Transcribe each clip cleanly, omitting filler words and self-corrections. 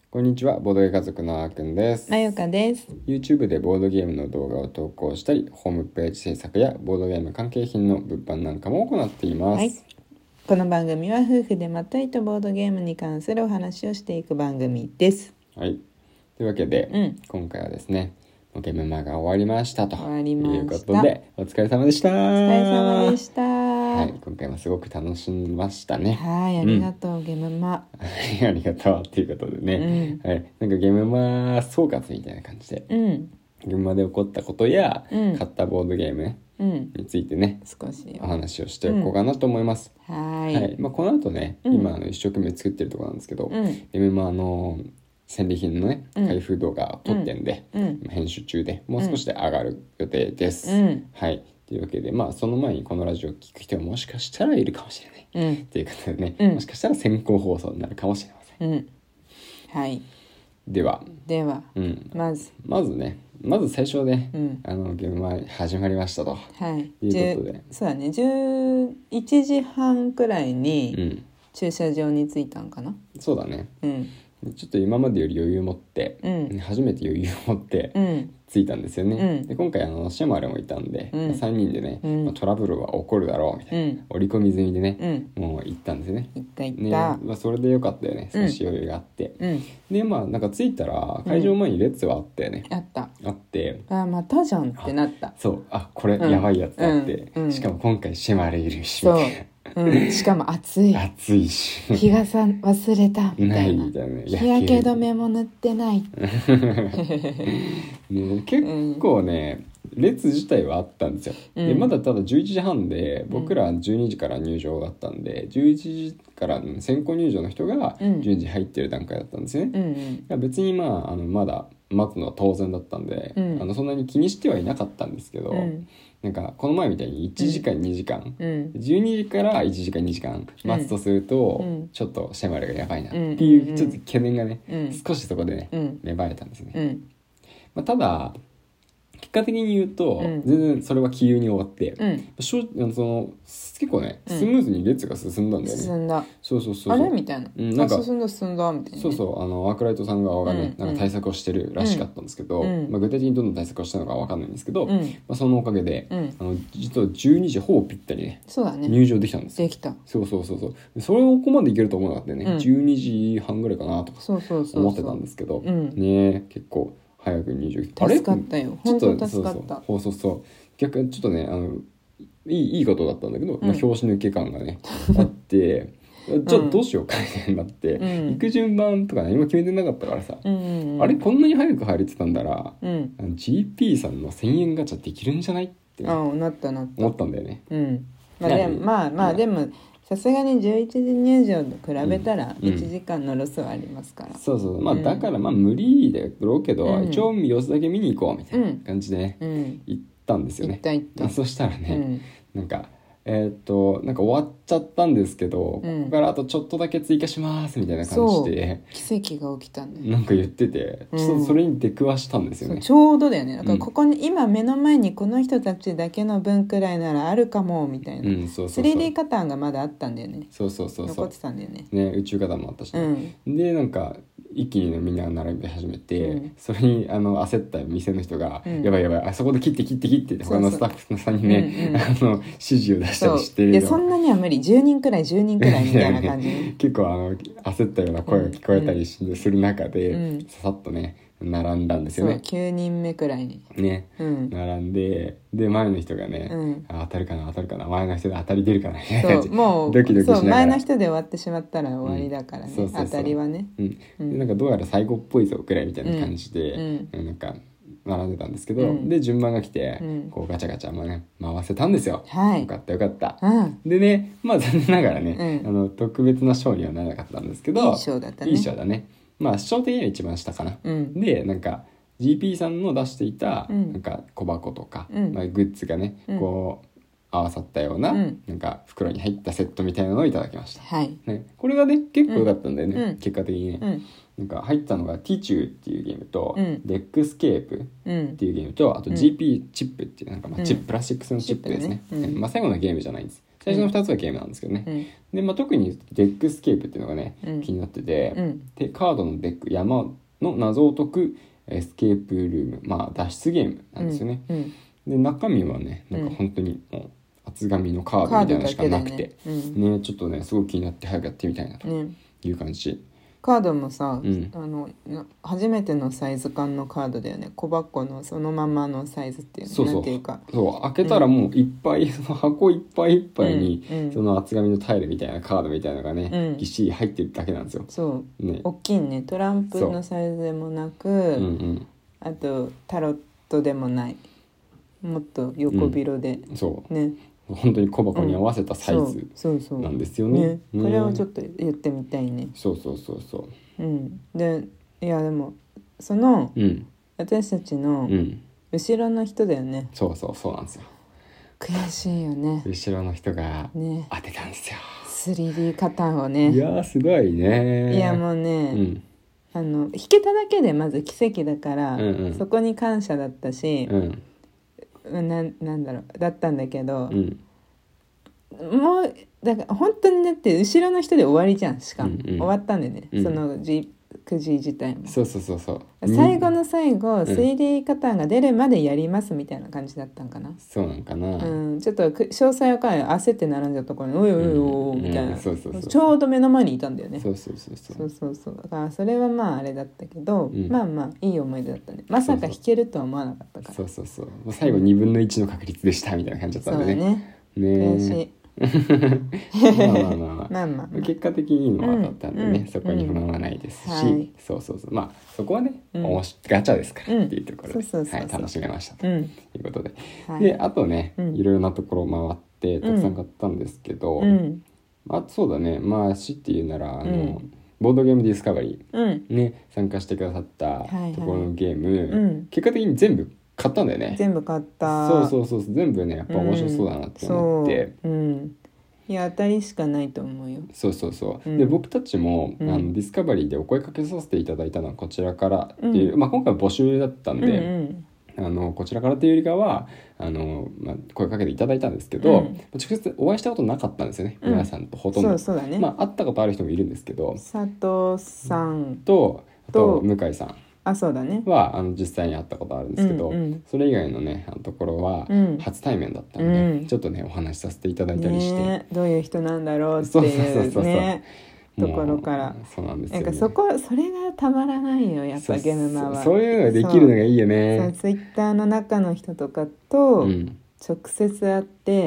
こんにちは、ボードゲー家族のあーくんです。 まよかです。 YouTube でボードゲームの動画を投稿したり、ホームページ制作やボードゲーム関係品の物販なんかも行っています。 はい、この番組は夫婦でまったりとボードゲームに関するお話をしていく番組です。 はい、というわけで、今回はですね、ゲームマが終わりましたということで、お疲れ様でした。 お疲れ様でした。 はい、今回もすごく楽しみましたね。 はい、ありがとう、ゲームマ。 ありがとうっていうことでね、はい、なんかゲームマ総括みたいな感じで、ゲームマで起こったことや、買ったボードゲームについてね、 少しお話をしておこうかなと思います。 はい、 この後ね、今一生懸命作ってるところなんですけど、ゲームマ戦利品のね開封動画を撮ってんで、編集中でもう少しで上がる予定です。はい、というわけでその前にこのラジオを聞く人はもしかしたらいるかもしれない、ということでね、もしかしたら先行放送になるかもしれません。 はい。 では、まず最初ね、ゲームマ始まりましたと、いうことで、 そうだね、11時半くらいに駐車場に着いたんかな。 そうだね、ちょっと今までより余裕を持って、初めて余裕を持って着いたんですよね。で今回シェマルもいたんで、3人でね、トラブルは起こるだろうみたいな、織り込み済みでね、もう行ったんですよね。 行ったね、それでよかったよね、少し余裕があって、でなんか着いたら会場前に列はあったよね、あってまたじゃんってなった。 そう、これやばいやつだって、しかも今回シェマルいるしみたいな。 しかも暑いし日傘忘れたみたいな、日焼け止めも塗ってないね、結構ね、列自体はあったんですよ。でまだただ11時半で、僕ら12時から入場だったんで、11時から先行入場の人が12時入ってる段階だったんですよね。別にまだ待つのは当然だったんで、そんなに気にしてはいなかったんですけど、なんかこの前みたいに1時間2時間、12時から1時間2時間待つとすると、ちょっとシェマルがやばいなっていうちょっと懸念がね、少しそこでね、芽生えたんですね。ただ結果的に言うと、全然それは気流に終わって、結構ねスムーズに列が進んだんだよね。 進んだ。 そうあれみたいな、 なんか進んだみたいな、ね、 そうアークライトさん側がね、なんか対策をしてるらしかったんですけど、具体的にどんな対策をしたのかわかんないんですけど、そのおかげで、実は12時ほぼぴったりね、入場できたんですよ。 できた。 それをここまでいけると思わなかったよね、12時半ぐらいかなとか思ってたんですけど、ね、結構早く入場して、 助かったよ、本当助かった。 逆にちょっとね、いいことだったんだけど、拍子抜け感がねあってじゃあどうしようかみたいになって、行く順番とか何も決めてなかったからさ、あれこんなに早く入れてたんだら、GP さんの1000円ガチャできるんじゃないって、 なった思ったんだよね。 でもさすがに11時入場と比べたら1時間のロスはありますから、 だから無理だろうけど、一応様子だけ見に行こうみたいな感じでね、行ったんですよね。そしたらね、なんか終わっちゃったんですけど、ここからあとちょっとだけ追加しますみたいな感じで奇跡が起きたんだよ。 なんか言ってて、ちょっとそれに出くわしたんですよね。 ちょうどだよね。だからここに、今目の前にこの人たちだけの分くらいならあるかもみたいな、3D カタンがまだあったんだよね。残ってたんだよね。 宇宙カタンもあったし、でなんか一気にみんな並び始めて、それに焦った店の人が、やばいあそこで切ってって他のスタッフさんにね、指示を出したりしてるよ。 そんなには無理、10人くらいみたいな感じ結構焦ったような声が聞こえたりする中で、ささっとね並んだんですよね。 9人目くらいにね、並んで、前の人がね、当たるかな前の人で当たり出るかなもうドキドキしながら、 前の人で終わってしまったら終わりだからね、当たりはね、 なんかどうやら最後っぽいぞくらいみたいな感じで、なんか並んでたんですけど、で順番が来て、こうガチャガチャ回せたんですよ。よかった、でね、残念ながらね、特別な賞にはならなかったんですけど、 いい賞だったね。 いい賞だね。賞的には一番下かな、でなんか GP さんの出していたなんか小箱とか、グッズがね、こう合わさったような、なんか袋に入ったセットみたいなのをいただきました、これがね結構良かったんだよね、結果的にね、なんか入ったのがティチューっていうゲームと、レックスケープっていうゲームと、あと GP チップっていうなんかプラスチック製のチップですね。最後のゲームじゃないんです。 最初の2つはゲームなんですけどね、で、特にデックスケープっていうのがね、気になってて、でカードのデック、山の謎を解くエスケープルーム、脱出ゲームなんですよね、で中身はねなんか本当にもう厚紙のカードみたいなのしかなくて、ね、ちょっとねすごい気になって早くやってみたいなという感じ。 カードもさ、初めてのサイズ感のカードだよね。小箱のそのままのサイズっていうの、なんていうか、 そう開けたらもういっぱい、その箱いっぱいいっぱいに、その厚紙のタイルみたいなカードみたいなのがね、ぎっしり入ってるだけなんですよ。 そう、ね、大きいね。トランプのサイズでもなく、あとタロットでもない、もっと横広で、 そうね、 本当に小箱に合わせたサイズなんですよね。 これをちょっと言ってみたいね。 そう、 で、いやでもその、私たちの後ろの人だよね。 そうなんですよ。 悔しいよね。 後ろの人が当てたんですよ、 3D カタンをね。 いやすごいね。 いやもうね、弾けただけでまず奇跡だから、そこに感謝だったし、なんだろうだったんだけど、もうだから本当にだって後ろの人で終わりじゃん。しかも、終わったんでね、そのくじ自体も。そう最後の最後、3D カタンが出るまでやりますみたいな感じだったんかな。 そうなんかな、 ちょっと詳細わかんない。焦って並んじゃったところにおいおいみたいな、ちょうど目の前にいたんだよね。そうだからそれはあれだったけど、いい思い出だったね。まさか弾けるとは思わなかったから。 もう最後2分の1の確率でしたみたいな感じだったんでね。 悔しい。 結果的にいいのが当たったんでね、そこに不満はないですし、そこはね、ガチャですからっていうところで楽しめましたということで、であとね、いろいろなところ回ってたくさん買ったんですけど、そうだね、死っていうならボードゲームディスカバリーね、参加してくださったところのゲーム、結果的に全部買ったんだよね。 全部買った。 そう全部ねやっぱ面白そうだなって思って、 いや当たりしかないと思うよ。 で僕たちもディスカバリーでお声かけさせていただいたのはこちらからっていう、今回は募集だったんで、こちらからというよりかは声かけていただいたんですけど、直接お会いしたことなかったんですよね、皆さんとほとんど。そうだね。会ったことある人もいるんですけど、 佐藤さんとあと向井さんそうだね。 は実際に会ったことあるんですけど、それ以外のねところは初対面だったんで、ちょっとねお話しさせていただいたりして、 どういう人なんだろうっていうねところから。 そうなんですよね。 なんかそれがたまらないよ、やっぱゲームマは。 そういうのができるのがいいよね。 ツイッターの中の人とかと直接会って、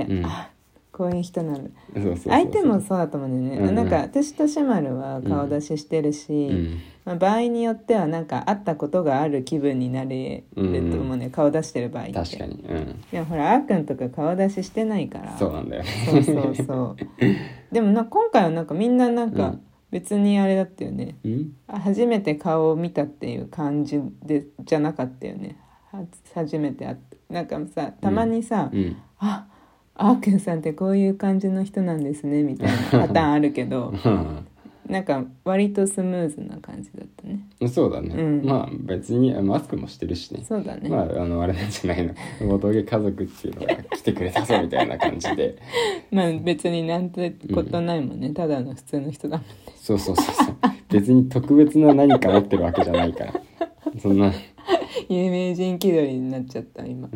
こういう人なの。相手もそうだと思うんだよね。なんか私とシマルは顔出ししてるし、場合によってはなんか会ったことがある気分になれると思うね、顔出してる場合って。 確かに。いやほらあーくんとか顔出ししてないから。 そうなんだよ。 そうでも今回はなんかみんななんか別にあれだったよね、初めて顔を見たっていう感じでじゃなかったよね。初めて会ってなんかさ、たまにさ、あーくんさんってこういう感じの人なんですねみたいなパターンあるけどなんか割とスムーズな感じだったね。 そうだね、別にマスクもしてるしね。 そうだね。 あれなんじゃないの、ボトゲ家族っていうのが来てくれたぞみたいな感じで別になんてことないもんね、ただの普通の人だもんね。そう別に特別な何か持ってるわけじゃないからそんな有名人気取りになっちゃった今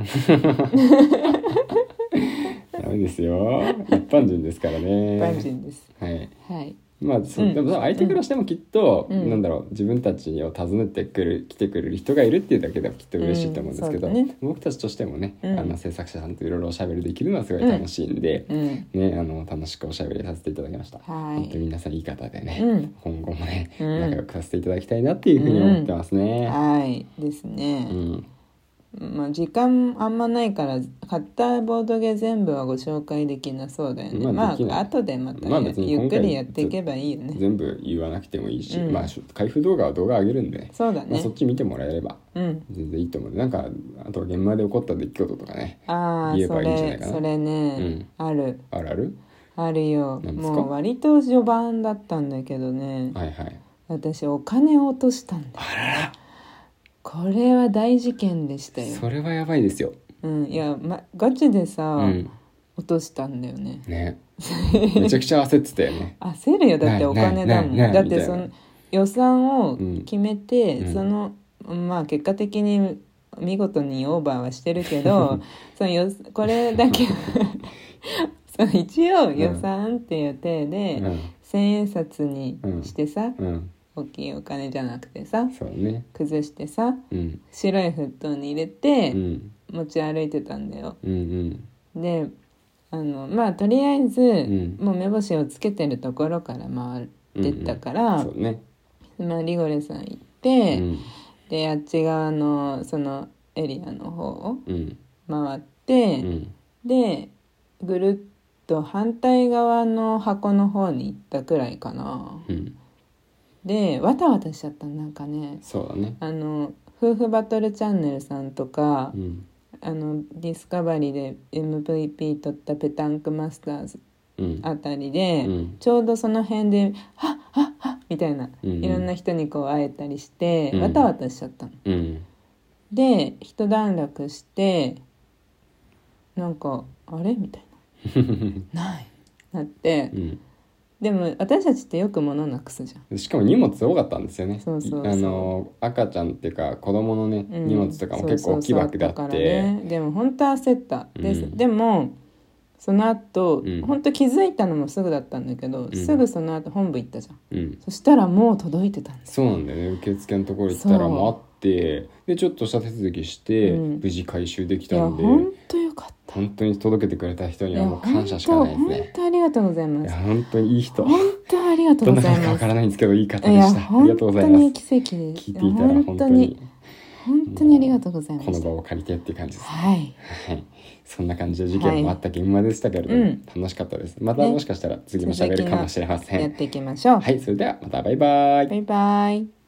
ダメですよ、一般人ですからね。 一般人です。 はい。でも相手からしてもきっと、なんだろう、自分たちを訪ねて来てくれる人がいるっていうだけではきっと嬉しいと思うんですけど、僕たちとしてもね、制作者さんといろいろおしゃべりできるのはすごい楽しいんで、楽しくおしゃべりさせていただきました。本当に皆さんいい方でね、今後もね、仲良くさせていただきたいなっていうふうに思ってますね。 はいですね。時間あんまないから買ったボードゲー全部はご紹介できなそうだよね。後でまたゆっくりやっていけばいいよね。 全部言わなくてもいいし、開封動画は動画上げるんで、 そうだね、 そっち見てもらえれば全然いいと思う。なんかあと現場で起こった出来事とかね、言えばいいんじゃないかな。 それね、あるよ。もう割と序盤だったんだけどね、私お金を落としたんだよ。これは大事件でしたよ。 それはやばいですよ。 いや、ガチでさ、 落としたんだよね。 ねめちゃくちゃ焦ってたよね焦るよ、だってお金だもん。だってその予算を決めて、 うん、 そのまあ結果的に見事にオーバーはしてるけどそのこれだけその一応予算っていう体で1000円札にしてさ、大きいお金じゃなくてさ、 そうね、 崩してさ、白い封筒に入れて持ち歩いてたんだよ、でまあとりあえず、もう目星をつけてるところから回ってったから、 そうね、 まあ、リゴレさん行って、であっち側のそのエリアの方を回って、でぐるっと反対側の箱の方に行ったくらいかな、でわたわたしちゃったなんかね。 そうだね、 夫婦バトルチャンネルさんとか、ディスカバリーで MVP 取ったペタンクマスターズあたりで、ちょうどその辺ではっはっはっみたいな、いろんな人にこう会えたりして、わたわたしちゃったの、で一段落してなんかあれみたいなないなって、でも私たちってよく物なくすじゃん。 しかも荷物多かったんですよね。 そう赤ちゃんっていうか子供のね、荷物とかも結構大きいバッグであって、 ね、でも本当焦った、でもその後、本当気づいたのもすぐだったんだけど、すぐその後本部行ったじゃん、そしたらもう届いてたんです。 そうなんだよね。受付のところ行ったらもうあって、でちょっとした手続きして、無事回収できたんで、 いや本当よかった。 本当に届けてくれた人にはもう感謝しかないですね。 本当ありがとうございます。 いや本当にいい人、 本当ありがとうございます。 どんな方かわからないんですけどいい方でした。ありがとうございます。 本当に奇跡で聞いていたら本当にありがとうございます。 この場を借りてっていう感じです、 はい、 そんな感じで事件もあった現場でしたけれども、楽しかったです。またもしかしたら次も喋るかもしれません、 やっていきましょう。 はい、それではまたバイバイ。 バイバイ。